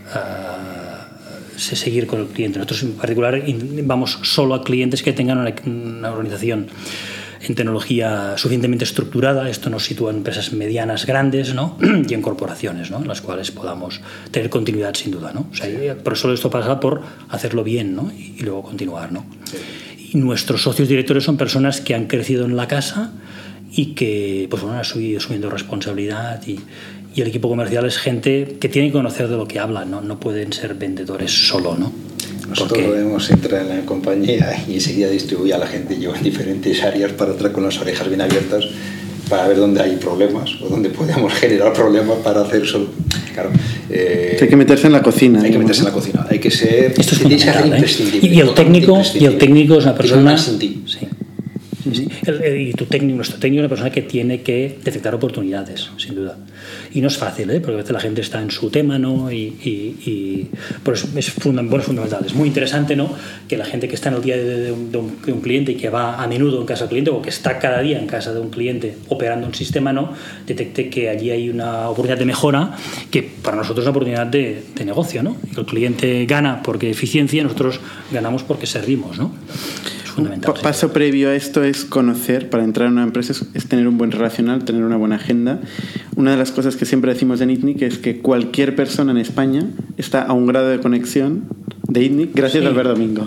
uh, seguir con el cliente. Nosotros en particular vamos solo a clientes que tengan una, una organización en tecnología suficientemente estructurada. Esto nos sitúa en empresas medianas, grandes, ¿no? Y en corporaciones, ¿no? En las cuales podamos tener continuidad sin duda, ¿no? O sea, por eso esto pasa por hacerlo bien, ¿no? Y, y luego continuar, ¿no? Sí. Y nuestros socios directores son personas que han crecido en la casa y que pues bueno, han subido asumiendo responsabilidad, y, y el equipo comercial es gente que tiene que conocer de lo que habla, ¿no? No pueden ser vendedores solo, ¿no? Nosotros debemos entrar en la compañía y enseguida distribuir a la gente yo en diferentes áreas para entrar con las orejas bien abiertas para ver dónde hay problemas o dónde podemos generar problemas para hacer eso. Claro, eh, hay que meterse en la cocina. Hay que meterse en la cocina. Hay que ser. Esto es fundamental, ¿eh? imprescindible. Y, y el técnico y el técnico es una persona. Sí. Sí. Sí. El, el, y tu técnico, nuestro técnico es una persona que tiene que detectar oportunidades, sin duda. Y no es fácil, ¿eh? Porque a veces la gente está en su tema, ¿no? Y, y, y por eso es, fundam- bueno, es fundamental. Es muy interesante, ¿no? Que la gente que está en el día de, de, un, de, un, de un cliente y que va a menudo en casa del cliente, o que está cada día en casa de un cliente operando un sistema, ¿no? Detecte que allí hay una oportunidad de mejora que para nosotros es una oportunidad de, de negocio, ¿no? Y que el cliente gana porque eficiencia, nosotros ganamos porque servimos, ¿no? Fundamental. Paso previo a esto es conocer, para entrar en una empresa, es, es tener un buen relacional, tener una buena agenda. Una de las cosas que siempre decimos en I T N I C es que cualquier persona en España está a un grado de conexión de I T N I C gracias sí. a Albert Domingo.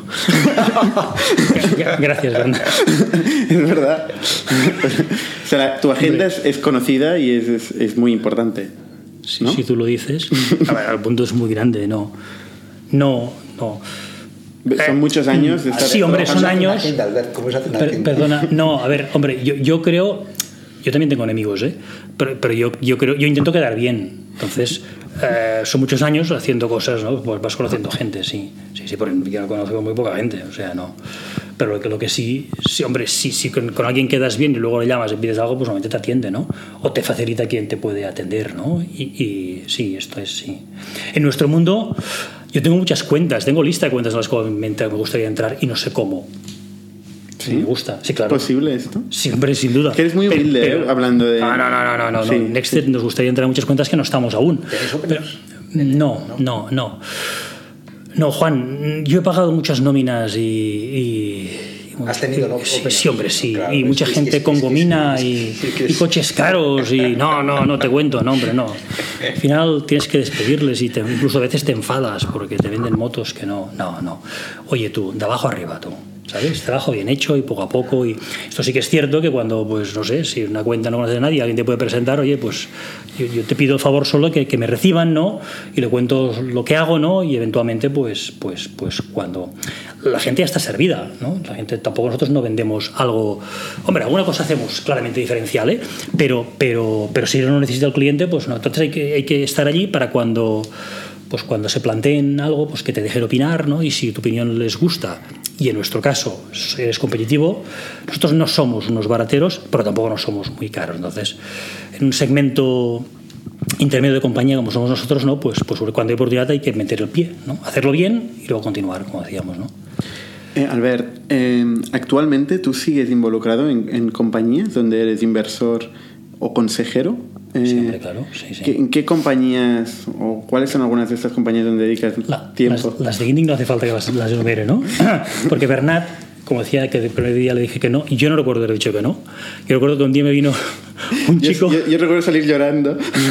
Gracias, Bernardo. Es verdad. O sea, tu agenda es, es conocida y es, es, es muy importante. Sí, ¿no? Si tú lo dices. A ver, el punto es muy grande, no. No, no. Son muchos años de estar. Sí, hombre, son años. Agenda, Albert, ¿cómo se hace una per, agenda? Perdona, no, a ver, hombre, yo, yo creo. Yo también tengo enemigos, ¿eh? Pero, pero yo, yo creo, yo intento quedar bien. Entonces, eh, son muchos años haciendo cosas, ¿no? Pues vas conociendo gente, sí. Sí, sí, porque yo no conozco muy poca gente, o sea, no. Pero lo que, lo que sí, sí, hombre, sí, sí, con, con alguien quedas bien y luego le llamas y pides algo, pues normalmente te atiende, ¿no? O te facilita quien te puede atender, ¿no? Y, y sí, esto es, sí. En nuestro mundo. Yo tengo muchas cuentas, tengo lista de cuentas en las que me gustaría entrar y no sé cómo. Sí, me gusta, sí, claro. ¿Es posible esto? Sí, hombre, sin duda. Que eres muy humilde, pero, pero, hablando de... No, no, no, no, no. Sí, no. Nexted sí. Nos gustaría entrar en muchas cuentas que no estamos aún. Pero, no, no, no. No, Juan, yo he pagado muchas nóminas y... y ¿Has tenido no? Sí, sí, hombre, sí. Claro, y mucha es, gente es, es, con gomina es, es, es, y, y coches caros y... No, no, no te cuento, no, hombre, no. Al final tienes que despedirles y te, incluso a veces te enfadas porque te venden motos que no... No, no. Oye, tú, de abajo arriba, tú. ¿Sabes? Trabajo bien hecho y poco a poco. Y esto sí que es cierto que cuando, pues no sé, si una cuenta no conoce a nadie, alguien te puede presentar, oye, pues yo, yo te pido el favor solo que, que me reciban, ¿no? Y le cuento lo que hago, ¿no? Y eventualmente, pues, pues, pues cuando la gente ya está servida, ¿no? La gente, tampoco nosotros no vendemos algo. Hombre, alguna cosa hacemos claramente diferencial, ¿eh? Pero, pero, pero si no necesita el cliente, pues no. Entonces hay que, hay que estar allí para cuando. pues cuando se planteen algo, pues que te dejen opinar, ¿no? Y si tu opinión les gusta, y en nuestro caso eres competitivo, nosotros no somos unos barateros, pero tampoco no somos muy caros. Entonces, en un segmento intermedio de compañía como somos nosotros, ¿no? Pues, pues cuando hay oportunidad hay que meter el pie, ¿no? Hacerlo bien y luego continuar, como decíamos, ¿no? Eh, Albert, eh, actualmente tú sigues involucrado en, en compañías donde eres inversor o consejero. Eh, sí, hombre, claro. Sí, sí. ¿qué, ¿En qué compañías o cuáles son algunas de estas compañías donde dedicas La, tiempo? Las, las de Indig no hace falta que las, las enumere, ¿no? Porque Bernat, como decía, que el primer día le dije que no, y yo no recuerdo haber dicho que no. Yo recuerdo que un día me vino un chico... Yo, yo, yo recuerdo salir llorando.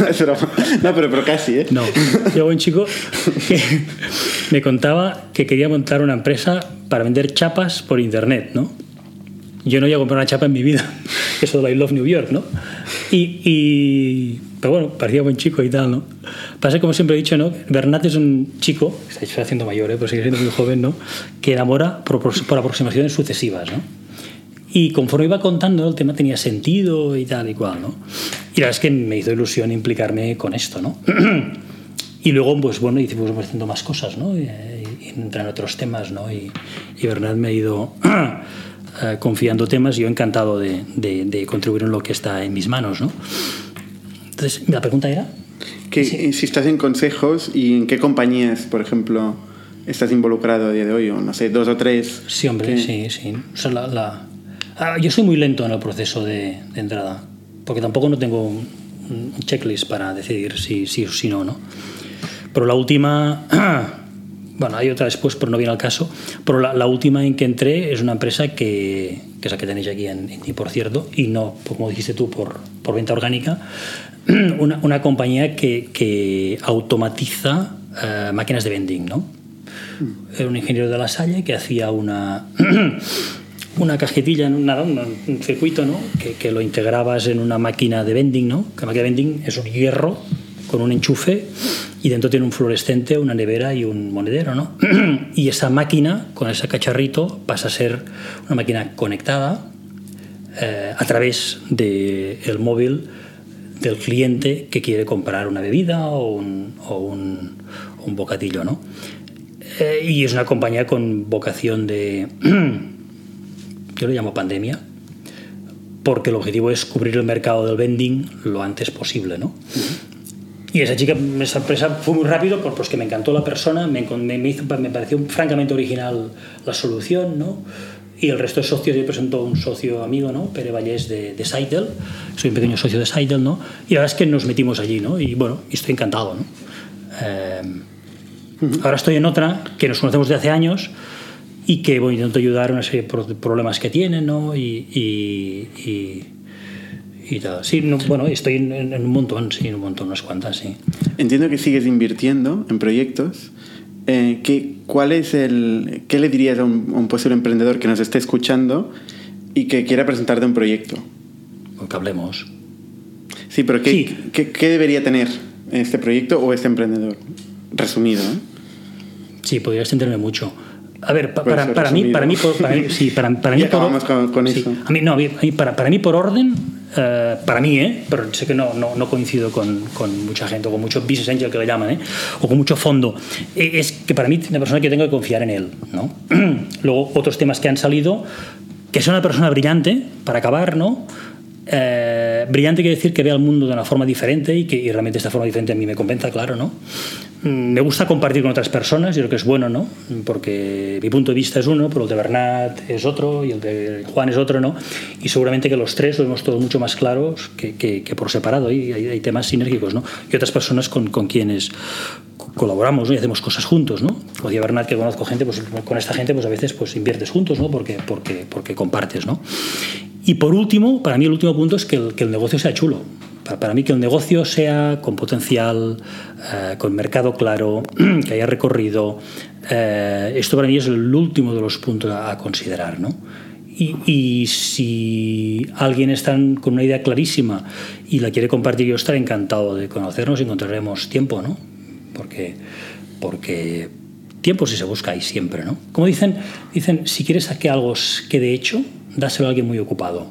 No, pero, pero casi, ¿eh? No, llegó un chico que me contaba que quería montar una empresa para vender chapas por internet, ¿no? Yo no iba a comprar una chapa en mi vida, eso de la I Love New York, ¿no? Y, y, pero bueno, parecía buen chico y tal, ¿no? Pasa, como siempre he dicho, ¿no? Bernat es un chico, está haciendo mayor, ¿eh? Pero sigue siendo muy joven, ¿no? Que enamora por, por aproximaciones sucesivas, ¿no? Y conforme iba contando, el tema tenía sentido y tal y cual, ¿no? Y la verdad es que me hizo ilusión implicarme con esto, ¿no? Y luego, pues bueno, hicimos haciendo más cosas, ¿no? Y, y entran otros temas, ¿no? Y, y Bernat me ha ido... Uh, confiando temas, yo encantado de, de, de contribuir en lo que está en mis manos, ¿no? Entonces, la pregunta era... Que, sí. Si estás en consejos y en qué compañías, por ejemplo, estás involucrado a día de hoy, o no sé, dos o tres. Sí, hombre, que... sí, sí. O sea, la, la... Ah, yo soy muy lento en el proceso de, de entrada, porque tampoco no tengo un, un checklist para decidir si sí o si no, ¿no? Pero la última... Bueno, hay otra después, pero no viene al caso. Pero la, la última en que entré es una empresa que, que es la que tenéis aquí en Indie, por cierto, y no, como dijiste tú, por, por venta orgánica. Una, una compañía que, que automatiza uh, máquinas de vending, ¿no? Era un ingeniero de La Salle que hacía una, una cajetilla, nada, un, un circuito, ¿no? Que, que lo integrabas en una máquina de vending, ¿no? Que la máquina de vending es un hierro con un enchufe y dentro tiene un fluorescente, una nevera y un monedero, ¿no? Y esa máquina, con ese cacharrito, pasa a ser una máquina conectada eh, a través del móvil del cliente que quiere comprar una bebida o un, o un, un bocadillo, ¿no? Eh, y es una compañía con vocación de... yo lo llamo pandemia, porque el objetivo es cubrir el mercado del vending lo antes posible, ¿no? Y esa chica, esa empresa fue muy rápido porque pues, me encantó la persona, me, me, hizo, me pareció francamente original la solución, ¿no? Y el resto de socios, yo presento un socio amigo, ¿no? Pere Vallés de, de Seidel, soy un pequeño socio de Seidel, ¿no? Y la verdad es que nos metimos allí, ¿no? Y bueno, estoy encantado, ¿no? Eh, uh-huh. Ahora estoy en otra que nos conocemos de hace años y que bueno, intento ayudar a una serie de problemas que tienen, ¿no? Y... y, y y tal. Sí, no, bueno, estoy en, en un montón, sí, en un montón, unas cuantas, sí. Entiendo que sigues invirtiendo en proyectos. Eh, ¿qué, cuál es el, ¿Qué le dirías a un, a un posible emprendedor que nos esté escuchando y que quiera presentarte un proyecto? Pues que hablemos. Sí, pero ¿qué, sí. ¿qué, qué debería tener este proyecto o este emprendedor? Resumido, ¿eh? Sí, podría extenderme mucho. A ver, pa, para, para, mí, para mí, para mí, sí, para, para mí, ya acabamos por, con, con sí, eso. A mí, no, a mí, para, para mí por orden, uh, para mí, ¿eh? Pero sé que no, no, no coincido con, con mucha gente, o con mucho business angel que le llaman, ¿eh? O con mucho fondo. Es que para mí, una persona que tengo que confiar en él, ¿no? Luego, otros temas que han salido, que sea una persona brillante, para acabar, ¿no? Eh, brillante quiere decir que vea el mundo de una forma diferente y que y realmente esta forma diferente a mí me convenza, claro, ¿no? Me gusta compartir con otras personas, yo creo que es bueno, ¿no? Porque mi punto de vista es uno, pero el de Bernat es otro y el de Juan es otro, ¿no? Y seguramente que los tres lo vemos todos mucho más claros que, que, que por separado, y hay, hay temas sinérgicos, ¿no? Y otras personas con, con quienes colaboramos, ¿no? Y hacemos cosas juntos, ¿no? Como decía Bernat, que conozco gente, pues con esta gente pues a veces pues inviertes juntos, ¿no? Porque, porque, porque compartes, ¿no? Y por último, para mí el último punto es que el, que el negocio sea chulo. Para, para mí que el negocio sea con potencial, eh, con mercado claro, que haya recorrido. Eh, esto para mí es el último de los puntos a, a considerar, ¿no? Y, y si alguien está con una idea clarísima y la quiere compartir, yo estaré encantado de conocernos y encontraremos tiempo, ¿no? Porque, porque tiempo si se busca ahí siempre, ¿no? Como dicen, dicen si quieres que algo quede hecho, dáselo a alguien muy ocupado.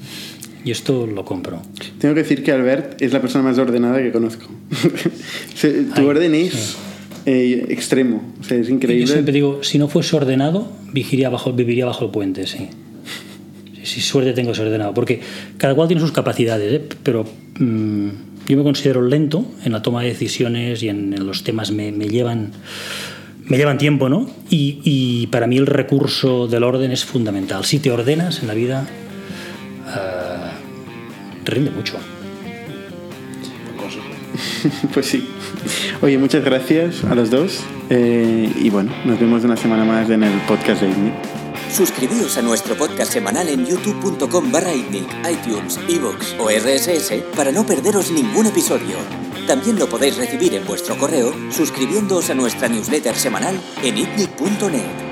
Y esto lo compro. Tengo que decir que Albert es la persona más ordenada que conozco. Tu Ay, orden es sí. eh, extremo. O sea, es increíble. Yo siempre digo, si no fuese ordenado, viviría bajo, viviría bajo el puente, sí. Si suerte tengo que ser ordenado, porque cada cual tiene sus capacidades, ¿eh? Pero mmm, yo me considero lento en la toma de decisiones y en, en los temas me, me llevan me llevan tiempo, ¿no? Y, y para mí el recurso del orden es fundamental. Si te ordenas en la vida, uh, rinde mucho. Pues sí. Oye, muchas gracias a los dos eh, y bueno, nos vemos una semana más en el podcast de ITNIC. Suscribíos a nuestro podcast semanal en youtube punto com barra ITNIC, iTunes, iVoox o R S S para no perderos ningún episodio. También lo podéis recibir en vuestro correo suscribiéndoos a nuestra newsletter semanal en itnic punto net.